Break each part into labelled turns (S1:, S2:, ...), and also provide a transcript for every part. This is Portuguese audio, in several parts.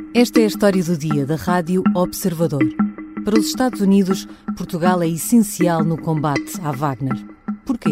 S1: Esta é a história do dia da Rádio Observador. Para os Estados Unidos, Portugal é essencial no combate à Wagner. Porquê?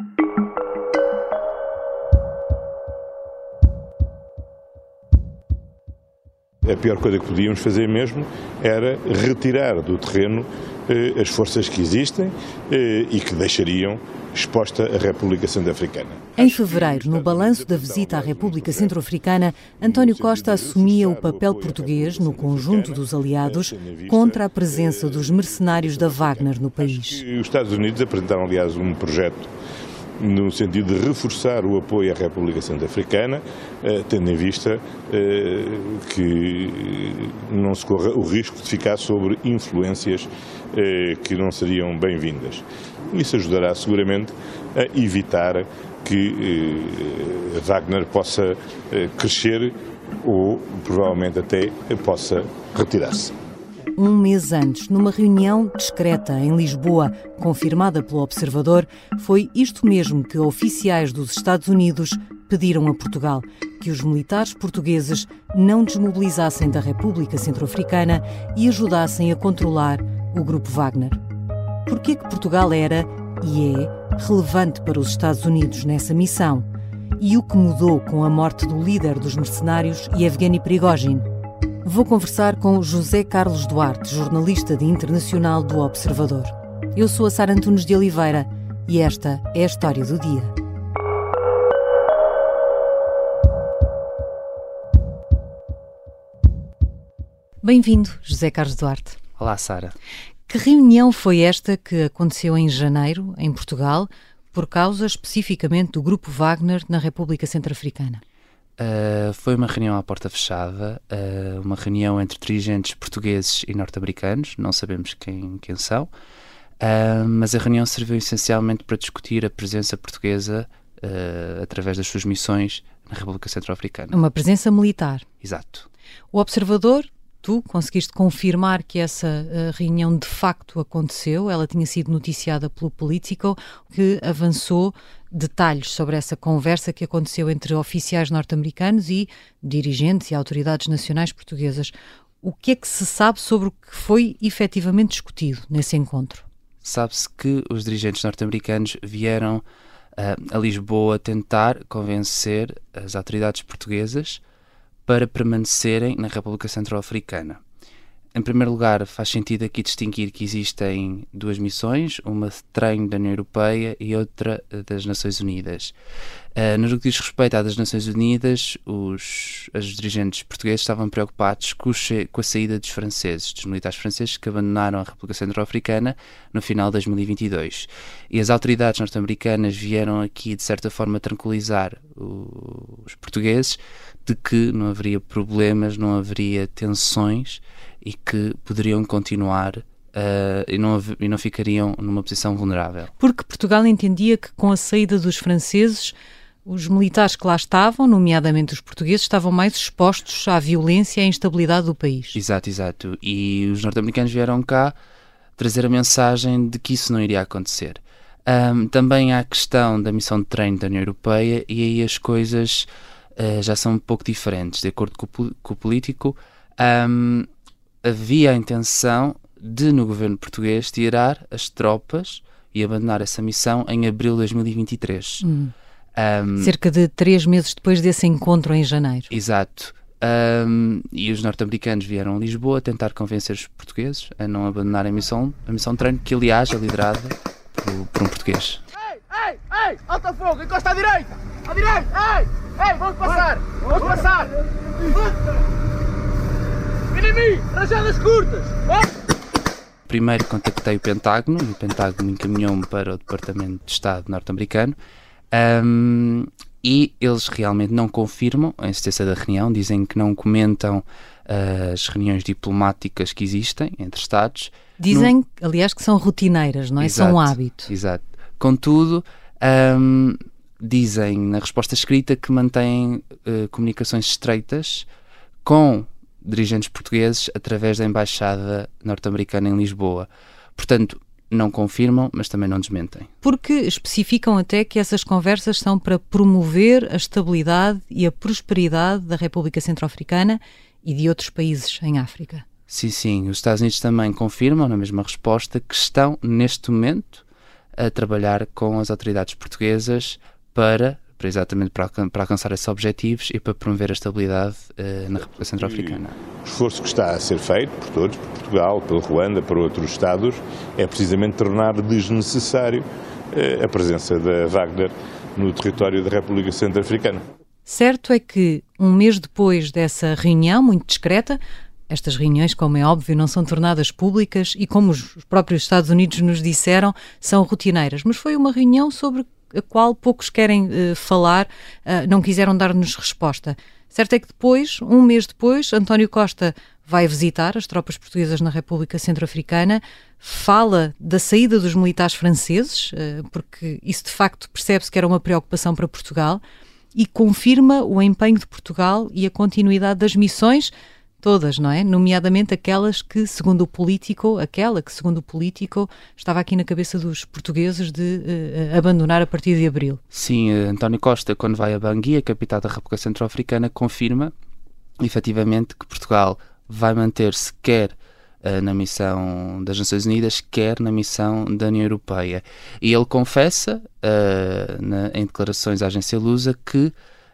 S2: A pior coisa que podíamos fazer mesmo era retirar do terreno as forças que existem e que deixariam exposta a República Centro-Africana.
S1: Em fevereiro, no balanço da visita à República Centro-Africana, António Costa assumia o papel português, no conjunto dos aliados, contra a presença dos mercenários da Wagner no país.
S2: Os Estados Unidos apresentaram, aliás, um projeto no sentido de reforçar o apoio à República Centro-Africana, tendo em vista que não se corra o risco de ficar sobre influências que não seriam bem-vindas. Isso ajudará seguramente a evitar que Wagner possa crescer ou provavelmente até possa retirar-se.
S1: Um mês antes, numa reunião discreta em Lisboa, confirmada pelo Observador, foi isto mesmo que oficiais dos Estados Unidos pediram a Portugal, que os militares portugueses não desmobilizassem da República Centro-Africana e ajudassem a controlar o grupo Wagner. Porquê que Portugal era e é relevante para os Estados Unidos nessa missão? E o que mudou com a morte do líder dos mercenários, Yevgeny Prigozhin? Vou conversar com José Carlos Duarte, jornalista de internacional do Observador. Eu sou a Sara Antunes de Oliveira e esta é a história do dia. Bem-vindo, José Carlos Duarte.
S3: Olá, Sara.
S1: Que reunião foi esta que aconteceu em janeiro, em Portugal, por causa especificamente do grupo Wagner na República Centro-Africana?
S3: Foi uma reunião à porta fechada, uma reunião entre dirigentes portugueses e norte-americanos, não sabemos quem são, mas a reunião serviu essencialmente para discutir a presença portuguesa através das suas missões na República Centro-Africana.
S1: Uma presença militar.
S3: Exato.
S1: O Observador, tu conseguiste confirmar que essa reunião de facto aconteceu, ela tinha sido noticiada pelo Politico, que avançou detalhes sobre essa conversa que aconteceu entre oficiais norte-americanos e dirigentes e autoridades nacionais portuguesas. O que é que se sabe sobre o que foi efetivamente discutido nesse encontro?
S3: Sabe-se que os dirigentes norte-americanos vieram a Lisboa tentar convencer as autoridades portuguesas para permanecerem na República Centro-Africana. Em primeiro lugar, faz sentido aqui distinguir que existem duas missões, uma de treino da União Europeia e outra das Nações Unidas. No que diz respeito à das Nações Unidas, os dirigentes portugueses estavam preocupados com a saída dos franceses, dos militares franceses que abandonaram a República Centro-Africana no final de 2022. E as autoridades norte-americanas vieram aqui, de certa forma, tranquilizar os portugueses de que não haveria problemas, não haveria tensões e que poderiam continuar e não ficariam numa posição vulnerável.
S1: Porque Portugal entendia que com a saída dos franceses, os militares que lá estavam, nomeadamente os portugueses, estavam mais expostos à violência e à instabilidade do país.
S3: Exato. E os norte-americanos vieram cá trazer a mensagem de que isso não iria acontecer. Também há a questão da missão de treino da União Europeia e aí as coisas já são um pouco diferentes. De acordo com o Político, havia a intenção de, no governo português, tirar as tropas e abandonar essa missão em abril de 2023.
S1: Cerca de 3 meses depois desse encontro em janeiro.
S3: Exato. E os norte-americanos vieram a Lisboa tentar convencer os portugueses a não abandonarem a missão de treino, que aliás é liderada por um português.
S4: Ei! Alta fogo! Encosta à direita! À direita! Ei! Vamos passar! Vamos passar! Inimigo! Rajadas curtas!
S3: Primeiro contactei o Pentágono e o Pentágono encaminhou-me para o Departamento de Estado norte-americano e eles realmente não confirmam a existência da reunião, dizem que não comentam as reuniões diplomáticas que existem entre Estados.
S1: Dizem, aliás, que são rotineiras, não é?
S3: Exato,
S1: são um hábito.
S3: Exato. Contudo, dizem na resposta escrita que mantêm comunicações estreitas com dirigentes portugueses através da Embaixada norte-americana em Lisboa. Portanto, não confirmam, mas também não desmentem.
S1: Porque especificam até que essas conversas são para promover a estabilidade e a prosperidade da República Centro-Africana e de outros países em África.
S3: Sim. Os Estados Unidos também confirmam, na mesma resposta, que estão, neste momento, a trabalhar com as autoridades portuguesas para alcançar esses objetivos e para promover a estabilidade na República Centro-Africana.
S2: O esforço que está a ser feito por todos, por Portugal, pelo Ruanda, por outros Estados, é precisamente tornar desnecessário a presença da Wagner no território da República Centro-Africana.
S1: Certo é que, um mês depois dessa reunião muito discreta, estas reuniões, como é óbvio, não são tornadas públicas e, como os próprios Estados Unidos nos disseram, são rotineiras. Mas foi uma reunião sobre a qual poucos querem falar, não quiseram dar-nos resposta. Certo é que depois, um mês depois, António Costa vai visitar as tropas portuguesas na República Centro-Africana, fala da saída dos militares franceses, porque isso de facto percebe-se que era uma preocupação para Portugal, e confirma o empenho de Portugal e a continuidade das missões, todas, não é? Nomeadamente aquela que, segundo o Político, estava aqui na cabeça dos portugueses de abandonar a partir de abril.
S3: Sim, António Costa, quando vai a Bangui, a capital da República Centro-Africana, confirma, efetivamente, que Portugal vai manter-se quer na missão das Nações Unidas, quer na missão da União Europeia. E ele confessa, em declarações à agência Lusa, que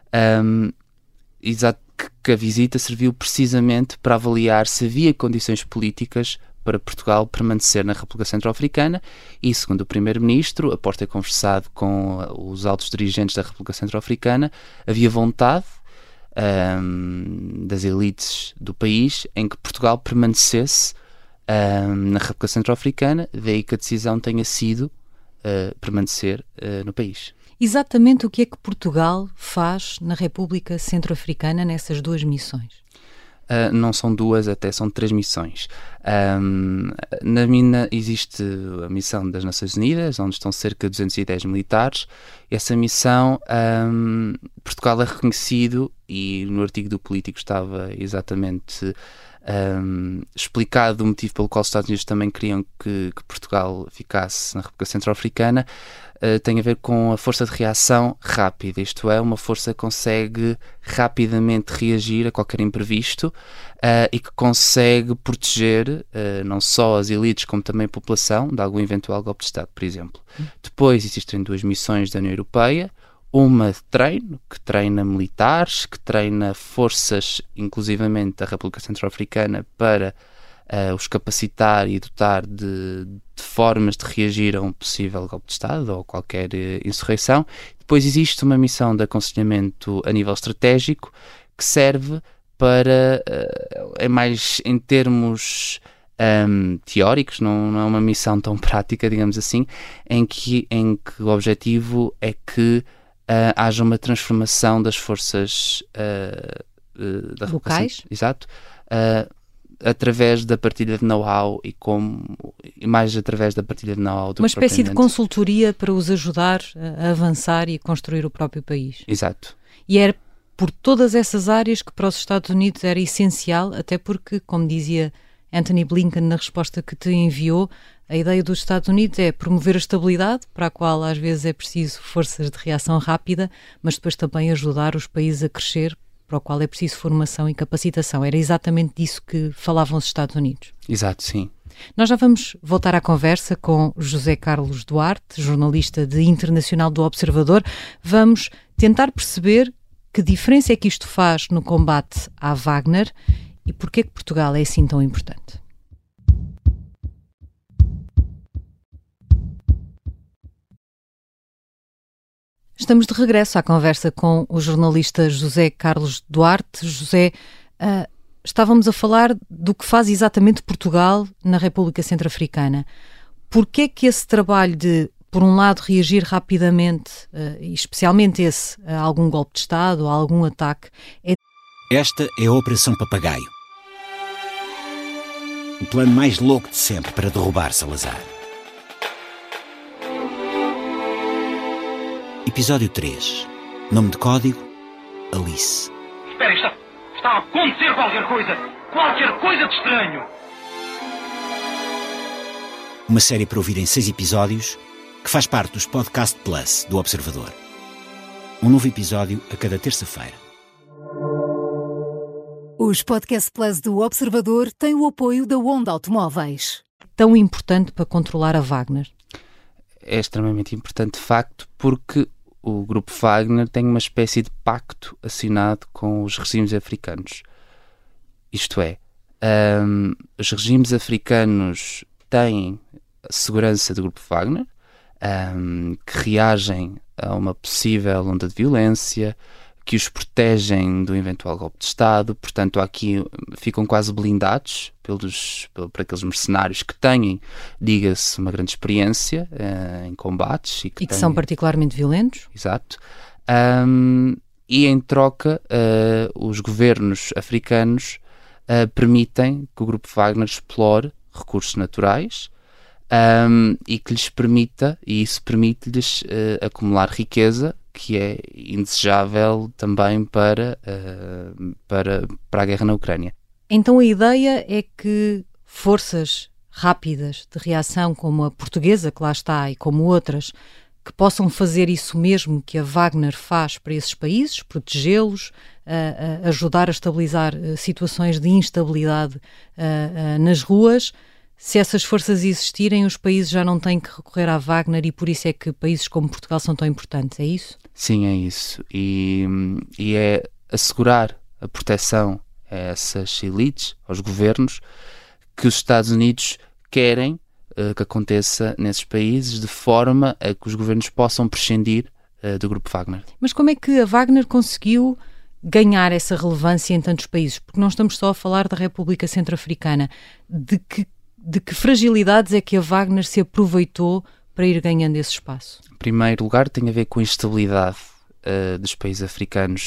S3: a visita serviu precisamente para avaliar se havia condições políticas para Portugal permanecer na República Centro-Africana e, segundo o Primeiro-Ministro, após ter conversado com os altos dirigentes da República Centro-Africana, havia vontade das elites do país em que Portugal permanecesse na República Centro-Africana, daí que a decisão tenha sido permanecer no país.
S1: Exatamente o que é que Portugal faz na República Centro-Africana nessas duas missões?
S3: Não são duas, até são 3 missões. Na mina existe a missão das Nações Unidas, onde estão cerca de 210 militares. Essa missão, Portugal é reconhecido, e no artigo do Político estava exatamente explicado o motivo pelo qual os Estados Unidos também queriam que Portugal ficasse na República Centro-Africana. Tem a ver com a força de reação rápida, isto é, uma força que consegue rapidamente reagir a qualquer imprevisto e que consegue proteger não só as elites como também a população de algum eventual golpe de Estado, por exemplo. Depois existem 2 missões da União Europeia, uma de treino, que treina militares, que treina forças, inclusivamente da República Centro-Africana, para os capacitar e dotar de formas de reagir a um possível golpe de Estado ou qualquer insurreição. Depois existe uma missão de aconselhamento a nível estratégico que serve para, é mais em termos teóricos, não é uma missão tão prática, digamos assim, em que o objetivo é que haja uma transformação das forças da
S1: locais,
S3: exato, através da partilha de know-how e mais através da partilha de know-how do que
S1: uma espécie de consultoria para os ajudar a avançar e a construir o próprio país.
S3: Exato.
S1: E era por todas essas áreas que para os Estados Unidos era essencial, até porque, como dizia Antony Blinken na resposta que te enviou, a ideia dos Estados Unidos é promover a estabilidade, para a qual às vezes é preciso forças de reação rápida, mas depois também ajudar os países a crescer, para o qual é preciso formação e capacitação. Era exatamente disso que falavam os Estados Unidos.
S3: Exato, sim.
S1: Nós já vamos voltar à conversa com José Carlos Duarte, jornalista de Internacional do Observador. Vamos tentar perceber que diferença é que isto faz no combate à Wagner e porquê que Portugal é assim tão importante. Estamos de regresso à conversa com o jornalista José Carlos Duarte. José, estávamos a falar do que faz exatamente Portugal na República Centro-Africana. Porquê é que esse trabalho de, por um lado, reagir rapidamente, e especialmente a algum golpe de Estado ou a algum ataque...
S5: Esta é a Operação Papagaio. O plano mais louco de sempre para derrubar Salazar. Episódio 3. Nome de código: Alice.
S6: Espera, está a acontecer qualquer coisa de estranho.
S5: Uma série para ouvir em 6 episódios que faz parte dos Podcast Plus do Um novo episódio a cada terça-feira.
S7: Os Podcast Plus do Observador têm o apoio da Onda Automóveis.
S1: Tão importante para controlar a Wagner?
S3: É extremamente importante, de facto, porque o grupo Wagner tem uma espécie de pacto assinado com os regimes africanos. Isto é, os regimes africanos têm a segurança do grupo Wagner, que reagem a uma possível onda de violência, que os protegem do eventual golpe de Estado. Portanto, aqui ficam quase blindados por aqueles mercenários que têm, diga-se, uma grande experiência em combates.
S1: E que são particularmente violentos.
S3: Exato. E em troca, os governos africanos permitem que o grupo Wagner explore recursos naturais e que lhes permita, e isso permite-lhes acumular riqueza, que é indesejável também para a guerra na Ucrânia.
S1: Então a ideia é que forças rápidas de reação, como a portuguesa, que lá está, e como outras, que possam fazer isso mesmo que a Wagner faz para esses países, protegê-los, ajudar a estabilizar situações de instabilidade nas ruas. Se essas forças existirem, os países já não têm que recorrer à Wagner, e por isso é que países como Portugal são tão importantes, é isso?
S3: Sim, é isso. E é assegurar a proteção a essas elites, aos governos, que os Estados Unidos querem que aconteça nesses países, de forma a que os governos possam prescindir do grupo Wagner.
S1: Mas como é que a Wagner conseguiu ganhar essa relevância em tantos países? Porque não estamos só a falar da República Centro-Africana. De que fragilidades é que a Wagner se aproveitou para ir ganhando esse espaço?
S3: Em primeiro lugar, tem a ver com a instabilidade dos países africanos.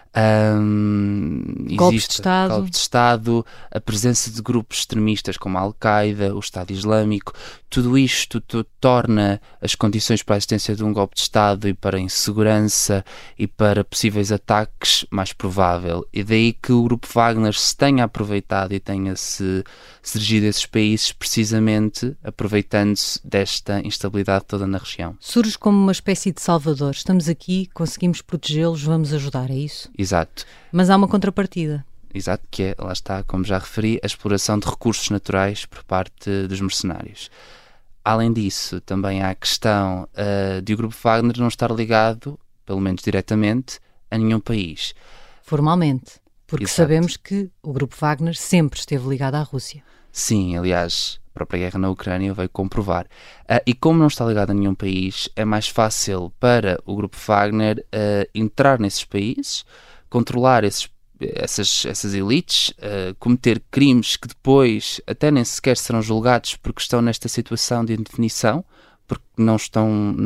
S1: Golpe de
S3: Estado, a presença de grupos extremistas como a Al-Qaeda, o Estado Islâmico. Tudo isto torna as condições para a existência de um golpe de Estado e para a insegurança e para possíveis ataques mais provável. E daí que o grupo Wagner se tenha aproveitado e tenha-se dirigido a esses países, precisamente aproveitando-se desta instabilidade toda na região.
S1: Surge como uma espécie de salvador. Estamos aqui, conseguimos protegê-los, vamos ajudar, é isso?
S3: Exato.
S1: Mas há uma contrapartida.
S3: Exato, que é, lá está, como já referi, a exploração de recursos naturais por parte dos mercenários. Além disso, também há a questão de o grupo Wagner não estar ligado, pelo menos diretamente, a nenhum país.
S1: Formalmente, porque
S3: Exato.
S1: Sabemos que o grupo Wagner sempre esteve ligado à Rússia.
S3: Sim, aliás, a própria guerra na Ucrânia veio comprovar. E como não está ligado a nenhum país, é mais fácil para o grupo Wagner entrar nesses países, controlar essas elites, cometer crimes que depois até nem sequer serão julgados porque estão nesta situação de indefinição, porque não estão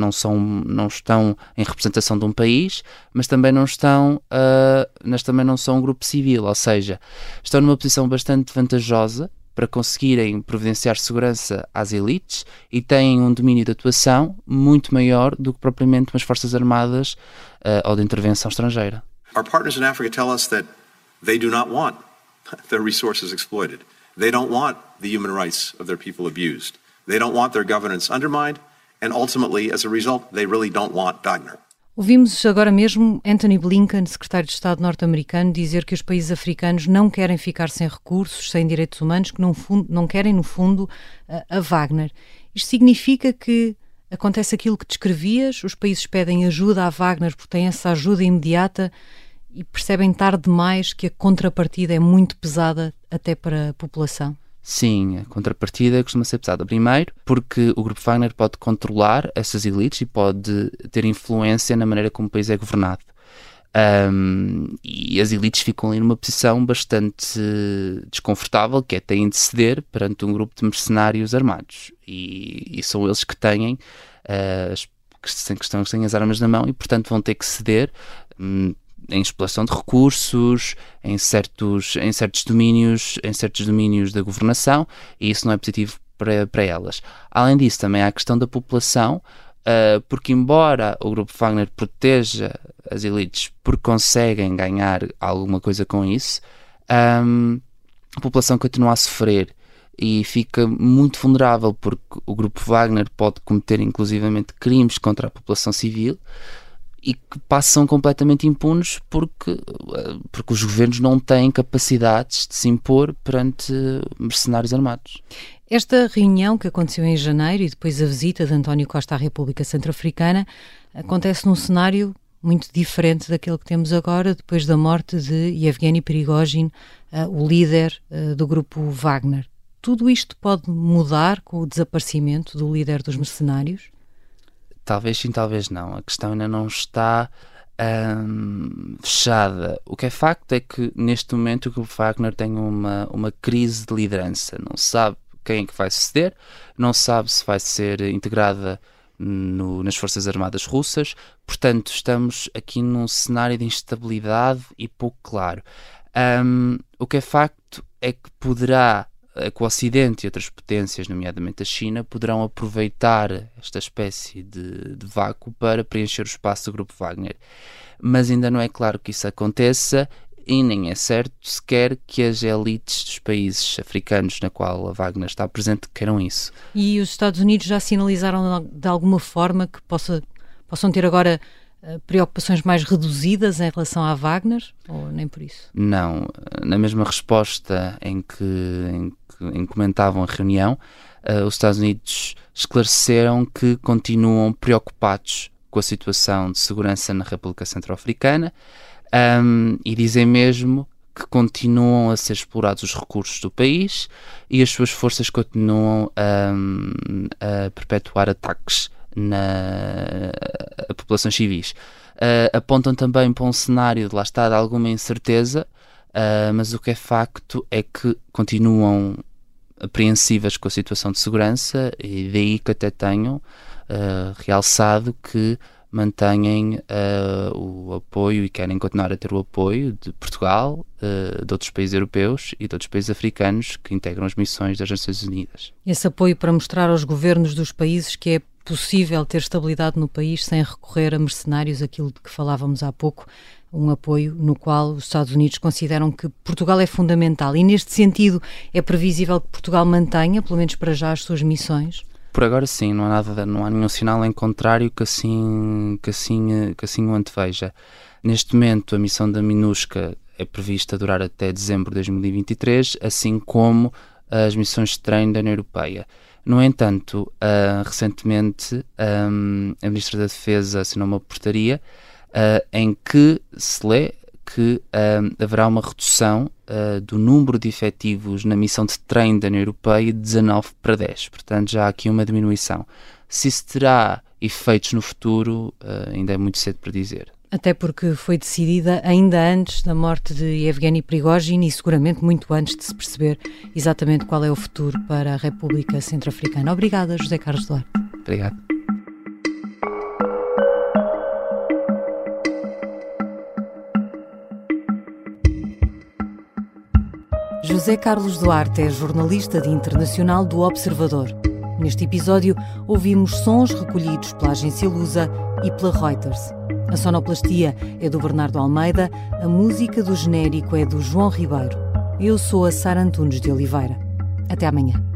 S3: em representação de um país, mas também não são um grupo civil, ou seja, estão numa posição bastante vantajosa para conseguirem providenciar segurança às elites e têm um domínio de atuação muito maior do que propriamente umas forças armadas ou de intervenção estrangeira.
S8: Our partners in Africa tell us that they do not want their resources exploited. They don't want the human rights of their people abused. They don't want their governance undermined, and ultimately, as a result, they really don't want Wagner.
S1: Ouvimos agora mesmo Antony Blinken, secretário de Estado norte-americano, dizer que os países africanos não querem ficar sem recursos, sem direitos humanos, que não querem, no fundo, a Wagner. Isto significa que acontece aquilo que descrevias, os países pedem ajuda à Wagner porque têm essa ajuda imediata e percebem tarde demais que a contrapartida é muito pesada até para a população.
S3: Sim, a contrapartida costuma ser pesada. Primeiro, porque o grupo Wagner pode controlar essas elites e pode ter influência na maneira como o país é governado. E as elites ficam ali numa posição bastante desconfortável, que é têm de ceder perante um grupo de mercenários armados. E são eles que têm as armas na mão e, portanto, vão ter que ceder em exploração de recursos, em certos domínios da governação, e isso não é positivo para elas. Além disso, também há a questão da população, porque embora o grupo Wagner proteja as elites porque conseguem ganhar alguma coisa com isso, a população continua a sofrer e fica muito vulnerável, porque o grupo Wagner pode cometer inclusivamente crimes contra a população civil. e que passam completamente impunes porque os governos não têm capacidades de se impor perante mercenários armados.
S1: Esta reunião que aconteceu em janeiro e depois a visita de António Costa à República Centro-Africana acontece num cenário muito diferente daquele que temos agora, depois da morte de Yevgeny Prigozhin, o líder do grupo Wagner. Tudo isto pode mudar com o desaparecimento do líder dos mercenários?
S3: Talvez sim, talvez não. A questão ainda não está fechada. O que é facto é que neste momento o grupo Wagner tem uma crise de liderança. Não sabe quem é que vai suceder, não sabe se vai ser integrada nas Forças Armadas Russas. Portanto, estamos aqui num cenário de instabilidade e pouco claro. O que é facto é que que o Ocidente e outras potências, nomeadamente a China, poderão aproveitar esta espécie de vácuo para preencher o espaço do grupo Wagner. Mas ainda não é claro que isso aconteça e nem é certo sequer que as elites dos países africanos na qual a Wagner está presente queiram isso.
S1: E os Estados Unidos já sinalizaram de alguma forma que possam ter agora preocupações mais reduzidas em relação à Wagner, ou nem por isso?
S3: Não. Na mesma resposta em que comentavam a reunião, os Estados Unidos esclareceram que continuam preocupados com a situação de segurança na República Centro-Africana e dizem mesmo que continuam a ser explorados os recursos do país e as suas forças continuam a perpetuar ataques a populações civis. Apontam também para um cenário de lá está de alguma incerteza, mas o que é facto é que continuam apreensivas com a situação de segurança e daí que até tenham realçado que mantêm o apoio e querem continuar a ter o apoio de Portugal, de outros países europeus e de outros países africanos que integram as missões das Nações Unidas.
S1: Esse apoio para mostrar aos governos dos países que é possível ter estabilidade no país sem recorrer a mercenários, aquilo de que falávamos há pouco, um apoio no qual os Estados Unidos consideram que Portugal é fundamental. E neste sentido é previsível que Portugal mantenha, pelo menos para já, as suas missões?
S3: Por agora sim, não há nenhum sinal em contrário que assim o anteveja. Neste momento a missão da MINUSCA é prevista durar até dezembro de 2023, assim como as missões de treino da União Europeia. No entanto, recentemente a Ministra da Defesa assinou uma portaria em que se lê que haverá uma redução do número de efetivos na missão de treino da União Europeia de 19 para 10. Portanto, já há aqui uma diminuição. Se isso terá efeitos no futuro, ainda é muito cedo para dizer.
S1: Até porque foi decidida ainda antes da morte de Yevgeny Prigozhin e seguramente muito antes de se perceber exatamente qual é o futuro para a República Centro-Africana. Obrigada, José Carlos Duarte.
S3: Obrigado.
S1: José Carlos Duarte é jornalista de internacional do Observador. Neste episódio, ouvimos sons recolhidos pela agência Lusa e pela Reuters. A sonoplastia é do Bernardo Almeida, a música do genérico é do João Ribeiro. Eu sou a Sara Antunes de Oliveira. Até amanhã.